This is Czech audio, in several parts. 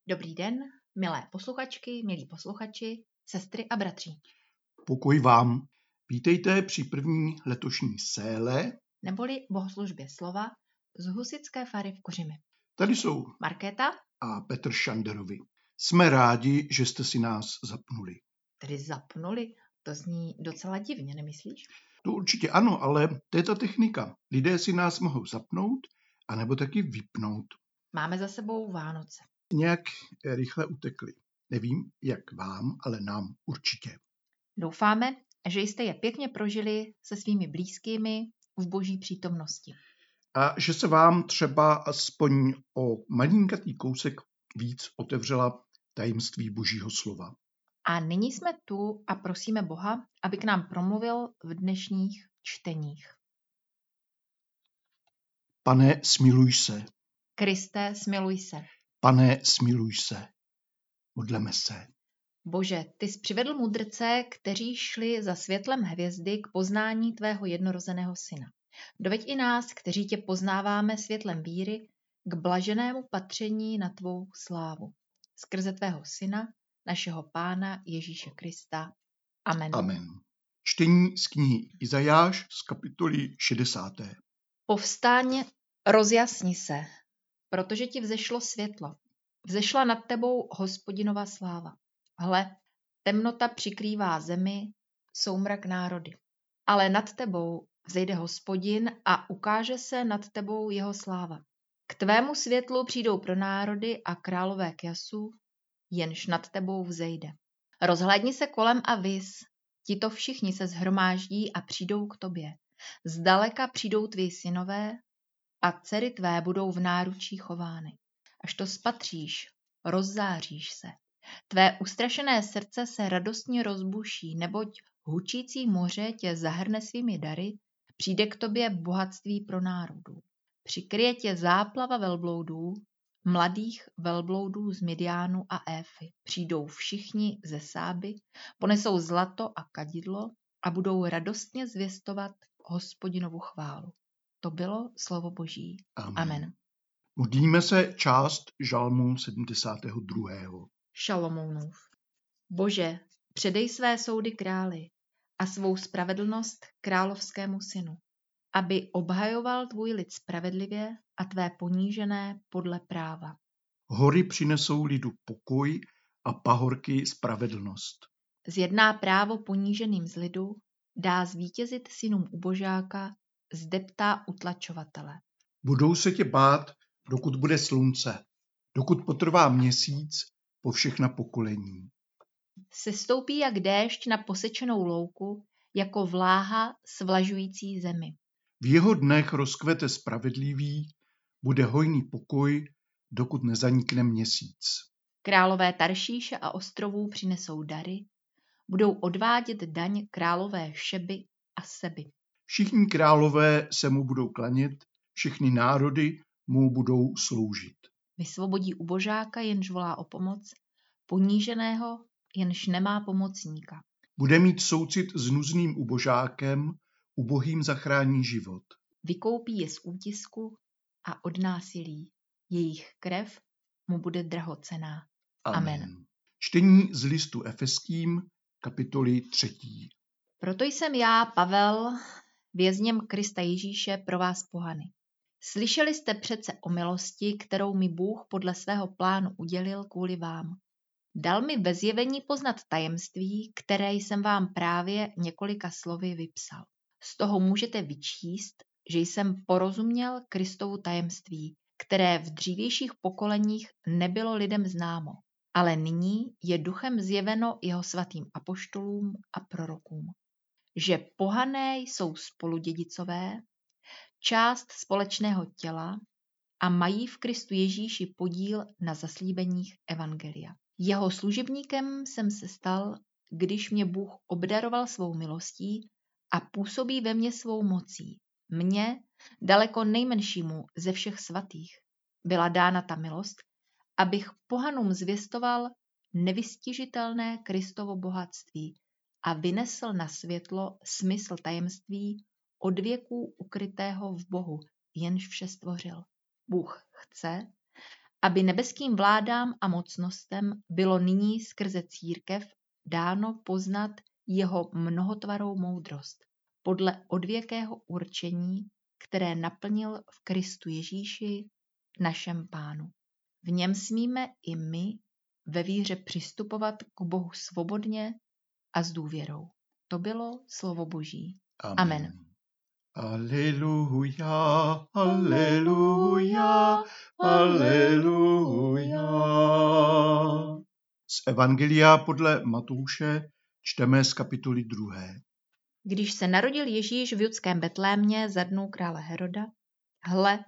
Dobrý den, milé posluchačky, milí posluchači, sestry a bratři. Pokoj vám. Vítejte při první letošní séle. Neboli bohoslužbě slova z Husitské fary v Kořimi. Tady jsou Markéta, a Petr Šanderovi. Jsme rádi, že jste si nás zapnuli. tedy zapnuli, to zní docela divně, nemyslíš? To určitě ano, ale to je ta technika. Lidé si nás mohou zapnout, anebo taky vypnout. Máme za sebou Vánoce. Nějak rychle utekli. Nevím, jak vám, ale nám určitě. Doufáme, že jste je pěkně prožili se svými blízkými v boží přítomnosti. A že se vám třeba aspoň o malinkatý kousek víc otevřela tajemství Božího slova. A nyní jsme tu a prosíme Boha, aby k nám promluvil v dnešních čteních. Pane, smiluj se. Kriste, smiluj se. Pane, smiluj se. Modleme se. Bože, ty jsi přivedl mudrce, kteří šli za světlem hvězdy k poznání tvého jednorozeného syna. Doveď i nás, kteří tě poznáváme světlem víry, k blaženému patření na tvou slávu. Skrze tvého syna, našeho Pána Ježíše Krista. Amen. Amen. Čtení z knihy Izajáš z kapitoly 60. Povstaň, rozjasni se, protože ti vzešlo světlo. Vzešla nad tebou Hospodinova sláva. Hle, temnota přikrývá zemi, soumrak národy. Ale nad tebou vzejde Hospodin a ukáže se nad tebou jeho sláva. K tvému světlu přijdou pro národy a králové Kjasu, jenž nad tebou vzejde. Rozhlédni se kolem a vis, tito všichni se shromáždí a přijdou k tobě. Zdaleka přijdou tví synové a dcery tvé budou v náručí chovány. Až to spatříš, rozzáříš se. Tvé ustrašené srdce se radostně rozbuší, neboť hučící moře tě zahrne svými dary, přijde k tobě bohatství pro národů. Přikryje tě záplava velbloudů, mladých velbloudů z Midiánu a Éfy. Přijdou všichni ze Sáby, ponesou zlato a kadidlo a budou radostně zvěstovat Hospodinovu chválu. To bylo slovo Boží. Amen. Modlíme se část žalmu 72. Šalomounův. Bože, předej své soudy králi a svou spravedlnost královskému synu, aby obhajoval tvůj lid spravedlivě a tvé ponížené podle práva. Hory přinesou lidu pokoj a pahorky spravedlnost. Zjedná právo poníženým z lidu, dá zvítězit synům ubožáka, zdeptá utlačovatele. Budou se tě bát, dokud bude slunce, dokud potrvá měsíc po všechna pokolení. Sestoupí jak déšť na posečenou louku, jako vláha svlažující zemi. V jeho dnech rozkvete spravedlivý, bude hojný pokoj, dokud nezanikne měsíc. Králové Taršíše a ostrovů přinesou dary, budou odvádět daň králové Šeby a Seby. Všichni králové se mu budou klanět, všechny národy mu budou sloužit. Vysvobodí ubožáka, jenž volá o pomoc, poníženého, jenž nemá pomocníka. Bude mít soucit s nuzným ubožákem, ubohým zachrání život. Vykoupí je z útisku a od násilí. Jejich krev mu bude drahocenná. Amen. Čtení z listu Efeským, kapitoly 3. Proto jsem já, Pavel, vězněm Krista Ježíše pro vás pohany. Slyšeli jste přece o milosti, kterou mi Bůh podle svého plánu udělil kvůli vám. Dal mi ve zjevení poznat tajemství, které jsem vám právě několika slovy vypsal. Z toho můžete vyčíst, že jsem porozuměl Kristovu tajemství, které v dřívějších pokoleních nebylo lidem známo, ale nyní je duchem zjeveno jeho svatým apoštolům a prorokům. Že pohané jsou spoludědicové, část společného těla a mají v Kristu Ježíši podíl na zaslíbeních evangelia. Jeho služebníkem jsem se stal, když mě Bůh obdaroval svou milostí a působí ve mně svou mocí. Mně, daleko nejmenšímu ze všech svatých, byla dána ta milost, abych pohanům zvěstoval nevystižitelné Kristovo bohatství a vynesl na světlo smysl tajemství od věků ukrytého v Bohu, jenž vše stvořil. Bůh chce, aby nebeským vládám a mocnostem bylo nyní skrze církev dáno poznat jeho mnohotvarou moudrost, podle odvěkého určení, které naplnil v Kristu Ježíši, našem Pánu. V něm smíme i my ve víře přistupovat k Bohu svobodně a s důvěrou. To bylo slovo Boží. Amen. Aleluja, aleluja, aleluja. Z Evangelia podle Matouše čteme z kapitoly 2. Když se narodil Ježíš v judském Betlémě za dnů krále Heroda, hle,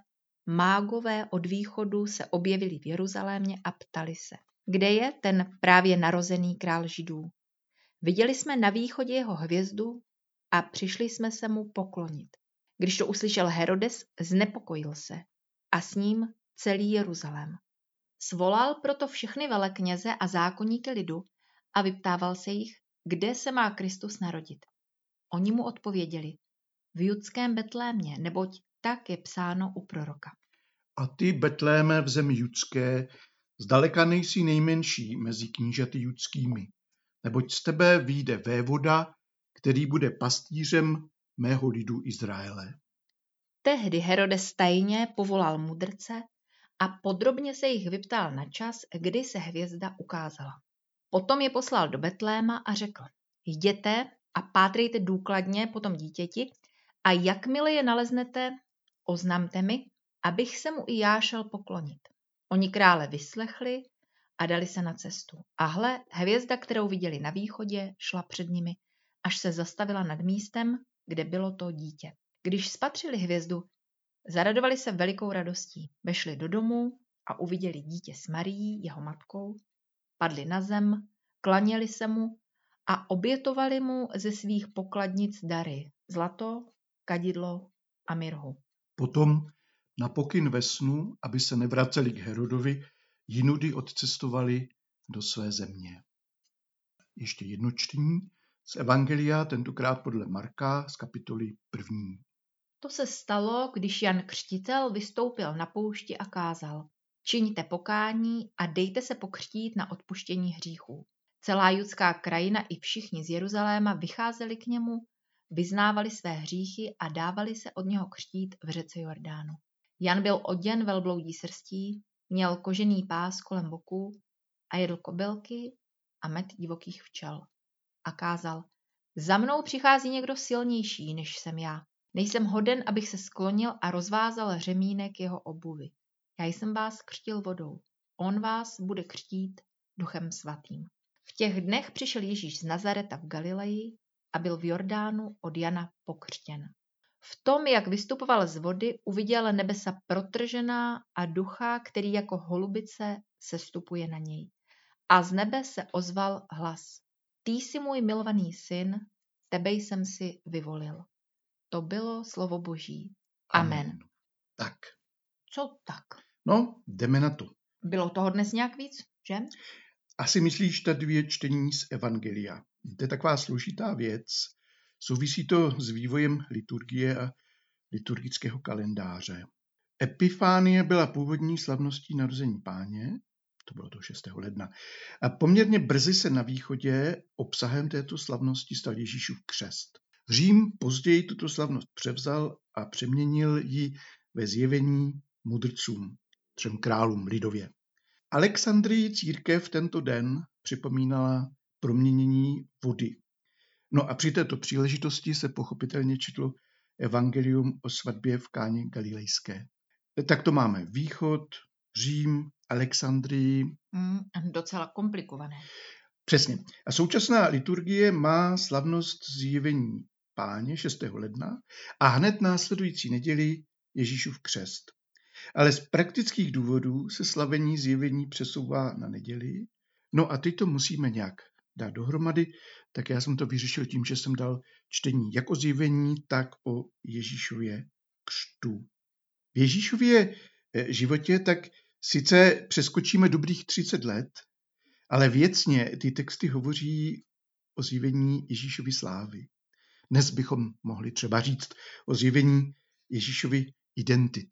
mágové od východu se objevili v Jeruzalémě a ptali se, kde je ten právě narozený král Židů. Viděli jsme na východě jeho hvězdu a přišli jsme se mu poklonit. Když to uslyšel Herodes, znepokojil se a s ním celý Jeruzalém. Svolal proto všechny velekněze a zákonníky lidu a vyptával se jich, kde se má Kristus narodit. Oni mu odpověděli, v judském Betlémě, neboť tak je psáno u proroka. A ty, Betléme v zemi judské, zdaleka nejsi nejmenší mezi knížaty judskými, neboť z tebe vyjde vévoda, který bude pastýřem mého lidu Izraele. Tehdy Herodes tajně povolal mudrce a podrobně se jich vyptal na čas, kdy se hvězda ukázala. Potom je poslal do Betléma a řekl, jděte a pátrejte důkladně po tom dítěti a jakmile je naleznete, oznamte mi, abych se mu i já šel poklonit. Oni krále vyslechli a dali se na cestu. A hle, hvězda, kterou viděli na východě, šla před nimi, až se zastavila nad místem, kde bylo to dítě. Když spatřili hvězdu, zaradovali se velikou radostí. Vešli do domu a uviděli dítě s Marií, jeho matkou, padli na zem, klaněli se mu a obětovali mu ze svých pokladnic dary, zlato, kadidlo a mirhu. Potom na pokyn ve snu, aby se nevraceli k Herodovi, jinudy odcestovali do své země. Ještě jedno čtení z Evangelia, tentokrát podle Marka z kapitoly 1. To se stalo, když Jan Křtitel vystoupil na poušti a kázal, čiňte pokání a dejte se pokřtít na odpuštění hříchů. Celá judská krajina i všichni z Jeruzaléma vycházeli k němu, vyznávali své hříchy a dávali se od něho křtít v řece Jordánu. Jan byl oděn velbloudí srstí, měl kožený pás kolem boků a jedl kobylky a med divokých včel. A kázal, za mnou přichází někdo silnější, než jsem já. Nejsem hoden, abych se sklonil a rozvázal řemínek jeho obuvi. Já jsem vás křtil vodou. On vás bude křtít Duchem svatým. V těch dnech přišel Ježíš z Nazareta v Galileji a byl v Jordánu od Jana pokřtěn. V tom, jak vystupoval z vody, uviděl nebesa protržená a ducha, který jako holubice sestupuje na něj. A z nebe se ozval hlas. Ty jsi můj milovaný syn, tebe jsem si vyvolil. To bylo slovo Boží. Amen. Tak. Co tak? No, jdeme na to. Bylo toho dnes nějak víc, že? Asi myslíš ta 2 čtení z Evangelia. To je taková složitá věc. Souvisí to s vývojem liturgie a liturgického kalendáře. Epifánie byla původní slavností narození Páně, to bylo to 6. ledna. A poměrně brzy se na východě obsahem této slavnosti stal Ježíšův křest. Řím později tuto slavnost převzal a přeměnil ji ve zjevení mudrcům, 3 králům lidově. Alexandrii církev tento den připomínala proměnění vody. No a při této příležitosti se pochopitelně četlo evangelium o svatbě v Káně Galilejské. Tak to máme východ, Řím, Alexandrii. Docela komplikované. Přesně. A současná liturgie má slavnost zjevení Páně 6. ledna a hned následující neděli Ježíšův křest. Ale z praktických důvodů se slavení zjevení přesouvá na neděli. No a teď to musíme nějak dát dohromady, tak já jsem to vyřešil tím, že jsem dal čtení jak o zjevení, tak o Ježíšově křtu. V Ježíšově životě tak sice přeskočíme dobrých 30 let, ale věcně ty texty hovoří o zjevení Ježíšovy slávy. Dnes bychom mohli třeba říct o zjevení Ježíšovy identity.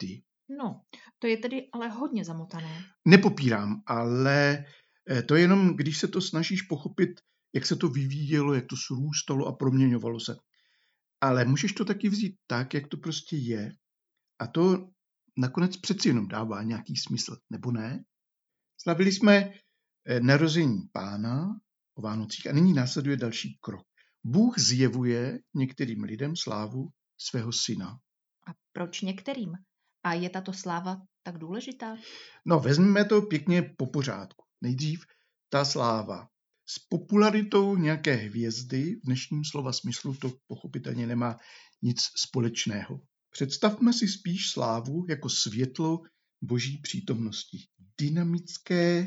No, to je tedy ale hodně zamotané. Nepopírám, ale to je jenom, když se to snažíš pochopit, jak se to vyvíjelo, jak to srůstalo a proměňovalo se. Ale můžeš to taky vzít tak, jak to prostě je. A to nakonec přeci jenom dává nějaký smysl, nebo ne? Slavili jsme narození Pána o Vánocích a nyní následuje další krok. Bůh zjevuje některým lidem slávu svého syna. A proč některým? A je tato sláva tak důležitá? No, vezmeme to pěkně po pořádku. Nejdřív ta sláva. S popularitou nějaké hvězdy v dnešním slova smyslu to pochopitelně nemá nic společného. Představme si spíš slávu jako světlo boží přítomnosti. Dynamické,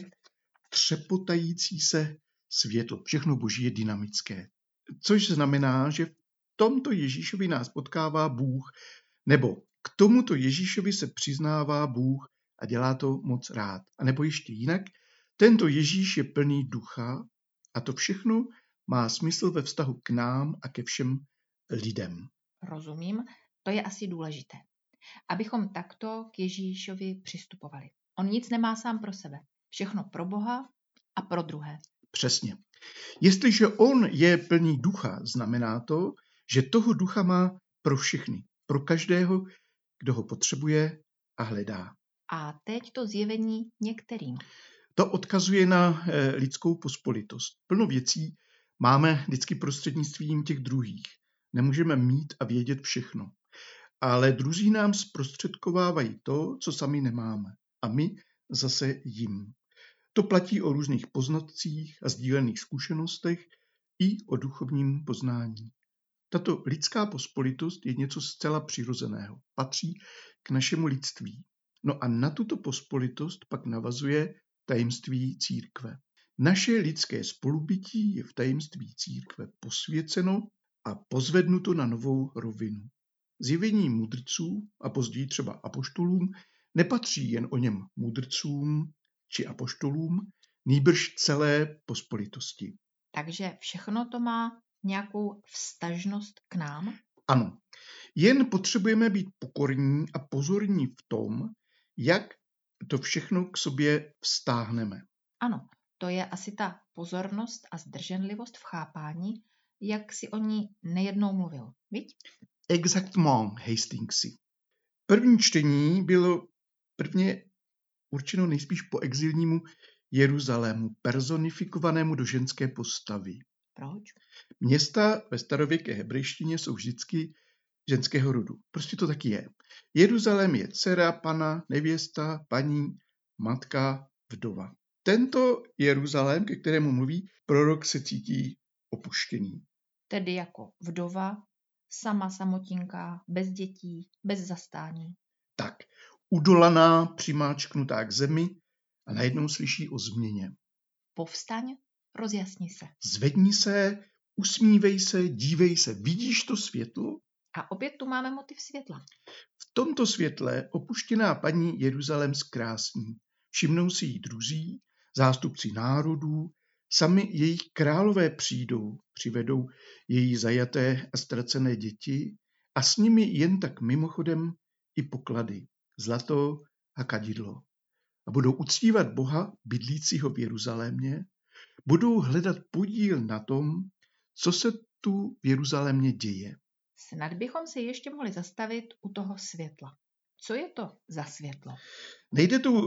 třepotající se světlo. Všechno boží je dynamické. Což znamená, že v tomto Ježíšovi nás potkává Bůh, nebo k tomuto Ježíšovi se přiznává Bůh a dělá to moc rád. A nebo ještě jinak, tento Ježíš je plný ducha a to všechno má smysl ve vztahu k nám a ke všem lidem. Rozumím, to je asi důležité. Abychom takto k Ježíšovi přistupovali. On nic nemá sám pro sebe. Všechno pro Boha a pro druhé. Přesně. Jestliže on je plný ducha, znamená to, že toho ducha má pro všechny. Pro každého, kdo ho potřebuje a hledá. A teď to zjevení některým. To odkazuje na lidskou pospolitost. Plno věcí máme vždycky prostřednictvím těch druhých. Nemůžeme mít a vědět všechno. Ale druzí nám zprostředkovávají to, co sami nemáme. A my zase jim. To platí o různých poznatcích a sdílených zkušenostech i o duchovním poznání. Tato lidská pospolitost je něco zcela přirozeného. Patří k našemu lidství. No a na tuto pospolitost pak navazuje tajemství církve. Naše lidské spolubytí je v tajemství církve posvěceno a pozvednuto na novou rovinu. Zjevení mudrců a později třeba apoštolům nepatří jen o něm mudrcům či apoštolům, nýbrž celé pospolitosti. Takže všechno to má nějakou vztažnost k nám? Ano, jen potřebujeme být pokorní a pozorní v tom, jak to všechno k sobě vztáhneme. Ano, to je asi ta pozornost a zdrženlivost v chápání, jak si o ní nejednou mluvil, viď? Exactement, Hastingsy. První čtení bylo prvně určeno nejspíš po exilnímu Jeruzalému, personifikovanému do ženské postavy. Proč? Města ve starověké hebrejštině jsou vždycky ženského rodu. Prostě to taky je. Jeruzalém je dcera, pana, nevěsta, paní, matka, vdova. Tento Jeruzalém, ke kterému mluví, prorok se cítí opuštěný. Tedy jako vdova, sama samotinka, bez dětí, bez zastání. Tak, udolaná, přimáčknutá k zemi a najednou slyší o změně. Povstaň, rozjasni se. Zvedni se, usmívej se, dívej se, vidíš to světlo? A opět tu máme motiv světla. V tomto světle opuštěná paní Jeruzalém zkrásní. Všimnou si jí druzí, zástupci národů, sami jejich králové přijdou, přivedou její zajaté a ztracené děti a s nimi jen tak mimochodem i poklady, zlato a kadidlo. A budou uctívat Boha bydlícího v Jeruzalémě, budou hledat podíl na tom, co se tu v Jeruzalémě děje. Snad bychom se ještě mohli zastavit u toho světla. Co je to za světlo? Nejde tu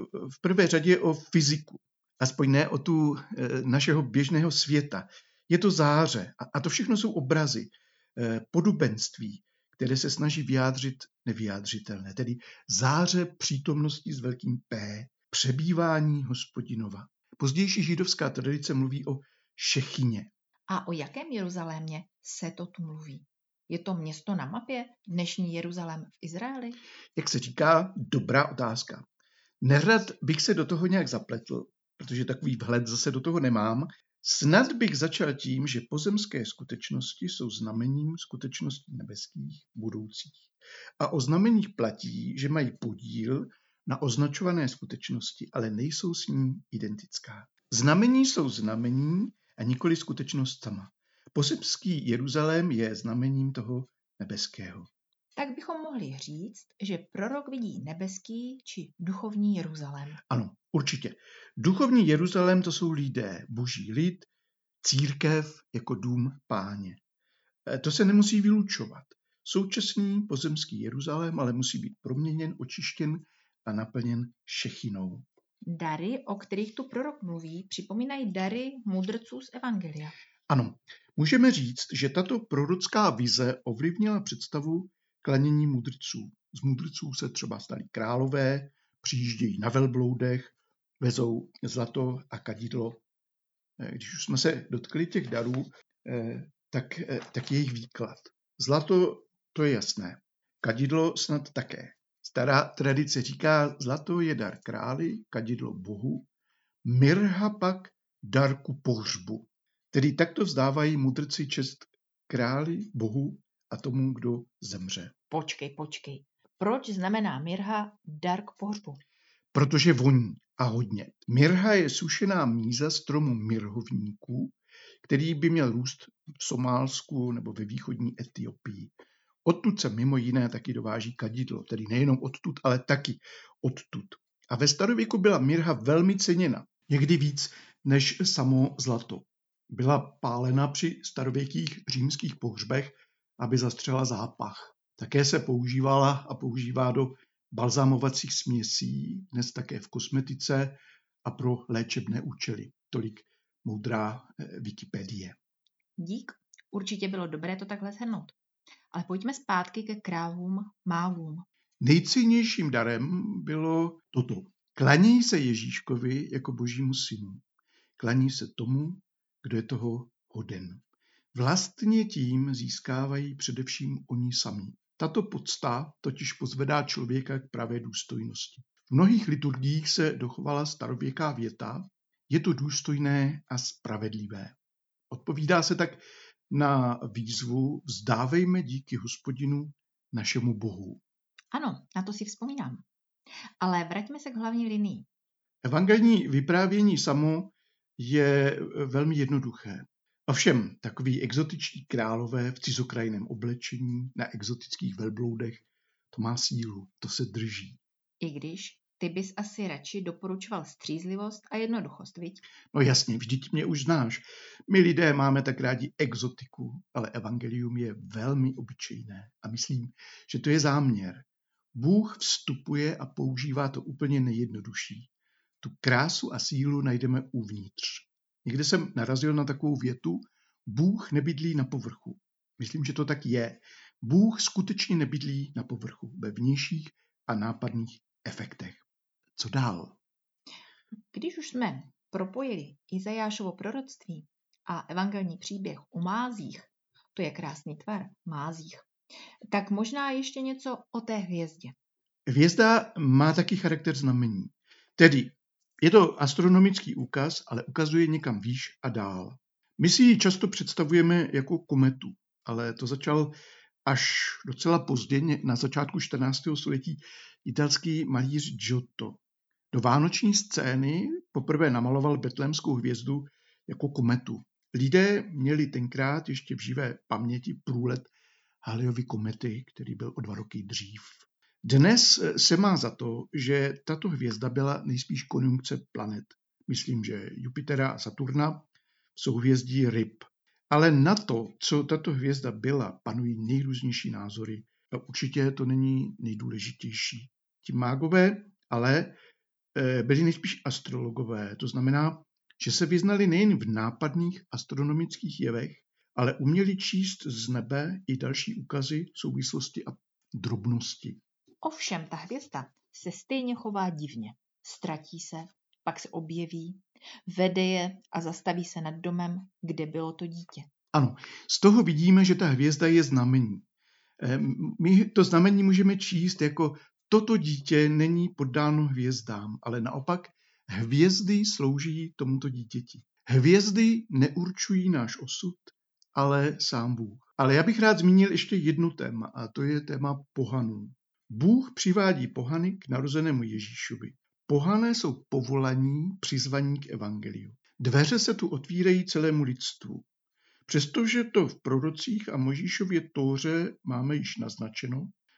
v prvé řadě o fyziku, aspoň ne o tu našeho běžného světa. Je to záře a to všechno jsou obrazy, podobenství, které se snaží vyjádřit nevyjádřitelné, tedy záře přítomnosti s velkým P, přebývání Hospodinova. Pozdější židovská tradice mluví o šechyně. A o jakém Jeruzalémě se to tu mluví? Je to město na mapě? Dnešní Jeruzalém v Izraeli? Jak se říká, dobrá otázka. Nerad bych se do toho nějak zapletl, protože takový vhled zase do toho nemám. Snad bych začal tím, že pozemské skutečnosti jsou znamením skutečností nebeských budoucích. A o znameních platí, že mají podíl na označované skutečnosti, ale nejsou s ní identická. Znamení jsou znamení a nikoli skutečnost sama. Pozemský Jeruzalém je znamením toho nebeského. tak bychom mohli říct, že prorok vidí nebeský či duchovní Jeruzalém. Ano, určitě. Duchovní Jeruzalém to jsou lidé, boží lid, církev jako dům Páně. To se nemusí vylučovat. Současný pozemský Jeruzalém ale musí být proměněn, očištěn a naplněn šechinou. Dary, o kterých tu prorok mluví, připomínají dary mudrců z Evangelia. Ano, můžeme říct, že tato prorocká vize ovlivnila představu klanění mudrců. Z mudrců se třeba stali králové, přijíždějí na velbloudech, vezou zlato a kadidlo. Když už jsme se dotkli těch darů, tak jejich výklad. Zlato, to je jasné. Kadidlo snad také. Stará tradice říká, zlato je dar králi, kadidlo bohu, mirha pak dar ku pohřbu. Tedy takto vzdávají mudrci čest králi, bohu a tomu, kdo zemře. Počkej. Proč znamená mirha dar k pohřbu? Protože voní a hodně. Mirha je sušená míza stromu mirhovníků, který by měl růst v Somálsku nebo ve východní Etiopii. Odtud se mimo jiné taky dováží kadidlo, tedy nejenom odtud, ale taky odtud. A ve starověku byla mirha velmi ceněna, někdy víc než samo zlato. Byla pálena při starověkých římských pohřbech, aby zastřela zápach. Také se používala a používá do balzámovacích směsí, dnes také v kosmetice a pro léčebné účely. Tolik moudrá Wikipedie. Dík, určitě bylo dobré to takhle shrnout. Ale pojďme zpátky ke králům, mágům. Nejcennějším darem bylo toto. Klaní se Ježíškovi jako božímu synu. Klaní se tomu, kdo je toho hoden. Vlastně tím získávají především oni sami. Tato pocta totiž pozvedá člověka k pravé důstojnosti. V mnohých liturgiích se dochovala starověká věta, je to důstojné a spravedlivé. Odpovídá se tak na výzvu vzdávejme díky Hospodinu našemu Bohu. Ano, na to si vzpomínám. Ale vraťme se k hlavní linii. Evangelní vyprávění samo je velmi jednoduché. Ovšem, takoví exotičtí králové v cizokrajném oblečení, na exotických velbloudech, to má sílu, to se drží. I když ty bys asi radši doporučoval střízlivost a jednoduchost, viď? No jasně, vždyť mě už znáš. My lidé máme tak rádi exotiku, ale evangelium je velmi obyčejné a myslím, že to je záměr. Bůh vstupuje a používá to úplně nejjednodušší. Tu krásu a sílu najdeme uvnitř. Někde jsem narazil na takovou větu, Bůh nebydlí na povrchu. Myslím, že to tak je. Bůh skutečně nebydlí na povrchu, ve vnějších a nápadných efektech. Co dál? Když už jsme propojili Izajášovo proroctví a evangelní příběh o mázích, to je krásný tvar, mázích, tak možná ještě něco o té hvězdě. Hvězda má taky charakter znamení. Tedy je to astronomický úkaz, ale ukazuje někam výš a dál. My si ji často představujeme jako kometu, ale to začal až docela pozdě, na začátku 14. století, italský malíř Giotto. Do vánoční scény poprvé namaloval betlémskou hvězdu jako kometu. Lidé měli tenkrát ještě v živé paměti průlet Halleyovy komety, který byl o 2 roky dřív. Dnes se má za to, že tato hvězda byla nejspíš konjunkce planet. Myslím, že Jupitera a Saturna v souhvězdí Ryb. Ale na to, co tato hvězda byla, panují nejrůznější názory. A určitě to není nejdůležitější. Ti mágové ale byli nejspíš astrologové. To znamená, že se vyznali nejen v nápadných astronomických jevech, ale uměli číst z nebe i další úkazy, souvislosti a drobnosti. Ovšem ta hvězda se stejně chová divně. Ztratí se, pak se objeví, vede je a zastaví se nad domem, kde bylo to dítě. Ano, z toho vidíme, že ta hvězda je znamení. My to znamení můžeme číst jako toto dítě není poddáno hvězdám, ale naopak hvězdy slouží tomuto dítěti. Hvězdy neurčují náš osud, ale sám Bůh. Ale já bych rád zmínil ještě jedno téma, a to je téma pohanů. Bůh přivádí pohany k narozenému Ježíšovi. Pohané jsou povolaní, přizvaní k evangeliu. Dveře se tu otvírají celému lidstvu. Přestože to v prorocích a Mojžíšově Tóře máme již naznačeno,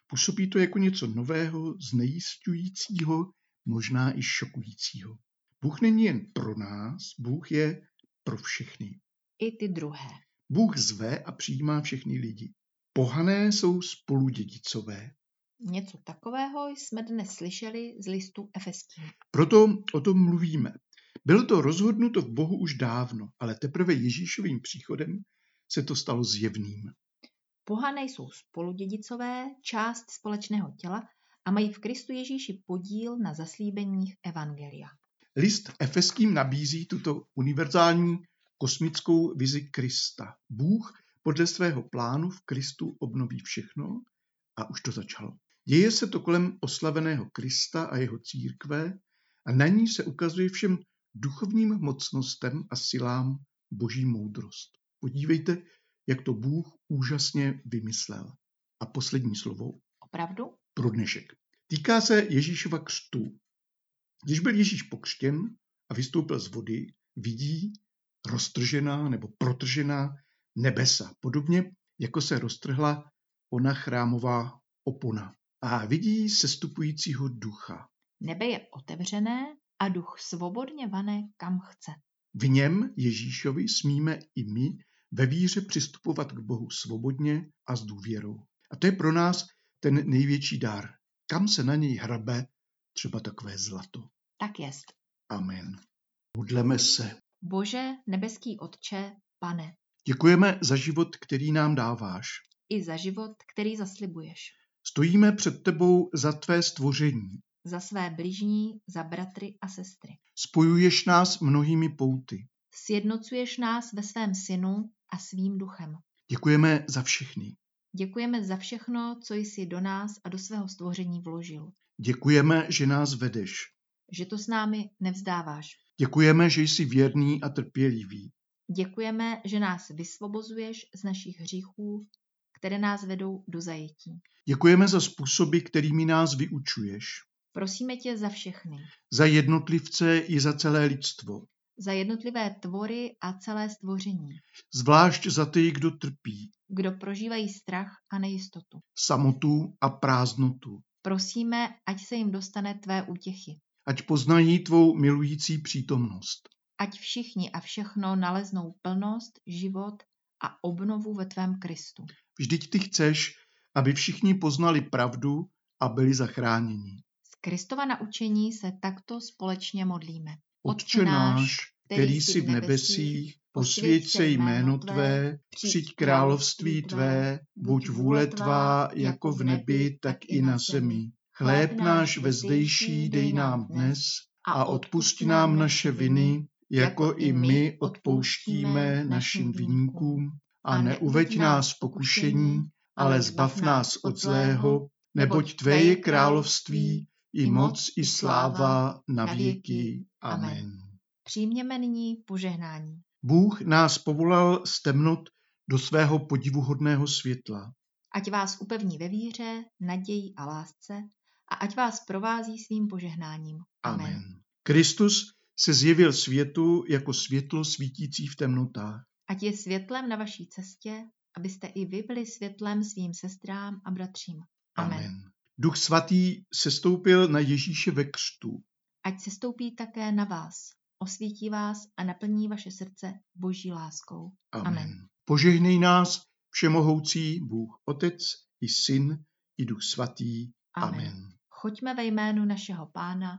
Působí to jako něco nového, znejišťujícího, možná i šokujícího. Bůh není jen pro nás, Bůh je pro všechny. I ty druhé. Bůh zve a přijímá všechny lidi. Pohané jsou spoludědicové. Něco takového jsme dnes slyšeli z listu Efeským. Proto o tom mluvíme. Bylo to rozhodnuto v Bohu už dávno, ale teprve Ježíšovým příchodem se to stalo zjevným. Pohané jsou spoludědicové, část společného těla a mají v Kristu Ježíši podíl na zaslíbeních evangelia. List Efeským nabízí tuto univerzální kosmickou vizi Krista. Bůh podle svého plánu v Kristu obnoví všechno a už to začalo. Děje se to kolem oslaveného Krista a jeho církve a na ní se ukazuje všem duchovním mocnostem a silám boží moudrost. Podívejte, jak to Bůh úžasně vymyslel. A poslední slovo. Opravdu? Pro dnešek. Týká se Ježíšova křtu. Když byl Ježíš pokřtěn a vystoupil z vody, vidí roztržená nebo protržená nebesa, podobně jako se roztrhla ona chrámová opona. A vidí sestupujícího ducha. Nebe je otevřené a duch svobodně vane kam chce. V něm, Ježíšovi, smíme i my ve víře přistupovat k Bohu svobodně a s důvěrou. A to je pro nás ten největší dar. Kam se na něj hrabe třeba takové zlato. Tak jest. Amen. Modleme se. Bože, nebeský Otče, Pane, Děkujeme za život, který nám dáváš. i za život, který zaslibuješ. Stojíme před tebou za tvé stvoření. Za své bližní, za bratry a sestry. Spojuješ nás mnohými pouty. Sjednocuješ nás ve svém synu a svým duchem. Děkujeme za všechny. Děkujeme za všechno, co jsi do nás a do svého stvoření vložil. Děkujeme, že nás vedeš. Že to s námi nevzdáváš. Děkujeme, že jsi věrný a trpělivý. Děkujeme, že nás vysvobozuješ z našich hříchů, které nás vedou do zajetí. Děkujeme za způsoby, kterými nás vyučuješ. Prosíme tě za všechny. Za jednotlivce i za celé lidstvo. Za jednotlivé tvory a celé stvoření. Zvlášť za ty, kdo trpí. Kdo prožívají strach a nejistotu. Samotu a prázdnotu. Prosíme, ať se jim dostane tvé útěchy. Ať poznají tvou milující přítomnost. Ať všichni a všechno naleznou plnost, život a obnovu ve tvém Kristu. Vždyť ty chceš, aby všichni poznali pravdu a byli zachráněni. Z Kristova naučení se takto společně modlíme. Otče náš, který jsi v nebesích, posvěť se jméno tvé, přijď království tvé, buď vůle tvá jako v nebi, tak i na zemi. Chléb náš vezdejší dej nám dnes a odpusť nám naše viny, jako i my odpouštíme našim viníkům. A neuveď nás v pokušení, ale zbav nás od zlého, neboť tvé je království, i moc, i sláva na věky. Amen. Přijměme nyní požehnání. Bůh nás povolal z temnot do svého podivuhodného světla. Ať vás upevní ve víře, naději a lásce a ať vás provází svým požehnáním. Amen. Kristus se zjevil světu jako světlo svítící v temnotách. Ať je světlem na vaší cestě, abyste i vy byli světlem svým sestrám a bratřím. Amen. Duch svatý sestoupil na Ježíše ve křtu. Ať sestoupí také na vás, osvítí vás a naplní vaše srdce boží láskou. Amen. Požehnej nás všemohoucí Bůh Otec i Syn i Duch svatý. Amen. Choďme ve jménu našeho Pána,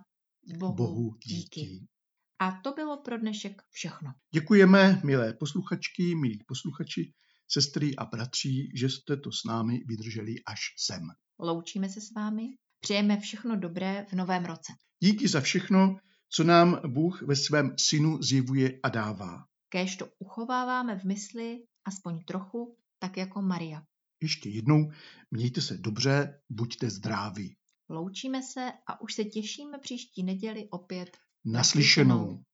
Bohu díky. A to bylo pro dnešek všechno. Děkujeme, milé posluchačky, milí posluchači, sestry a bratři, že jste to s námi vydrželi až sem. Loučíme se s vámi, přejeme všechno dobré v novém roce. Díky za všechno, co nám Bůh ve svém synu zjevuje a dává. Kéž to uchováváme v mysli, aspoň trochu, tak jako Maria. Ještě jednou, mějte se dobře, buďte zdraví. Loučíme se a už se těšíme příští neděli opět. Naslyšenou.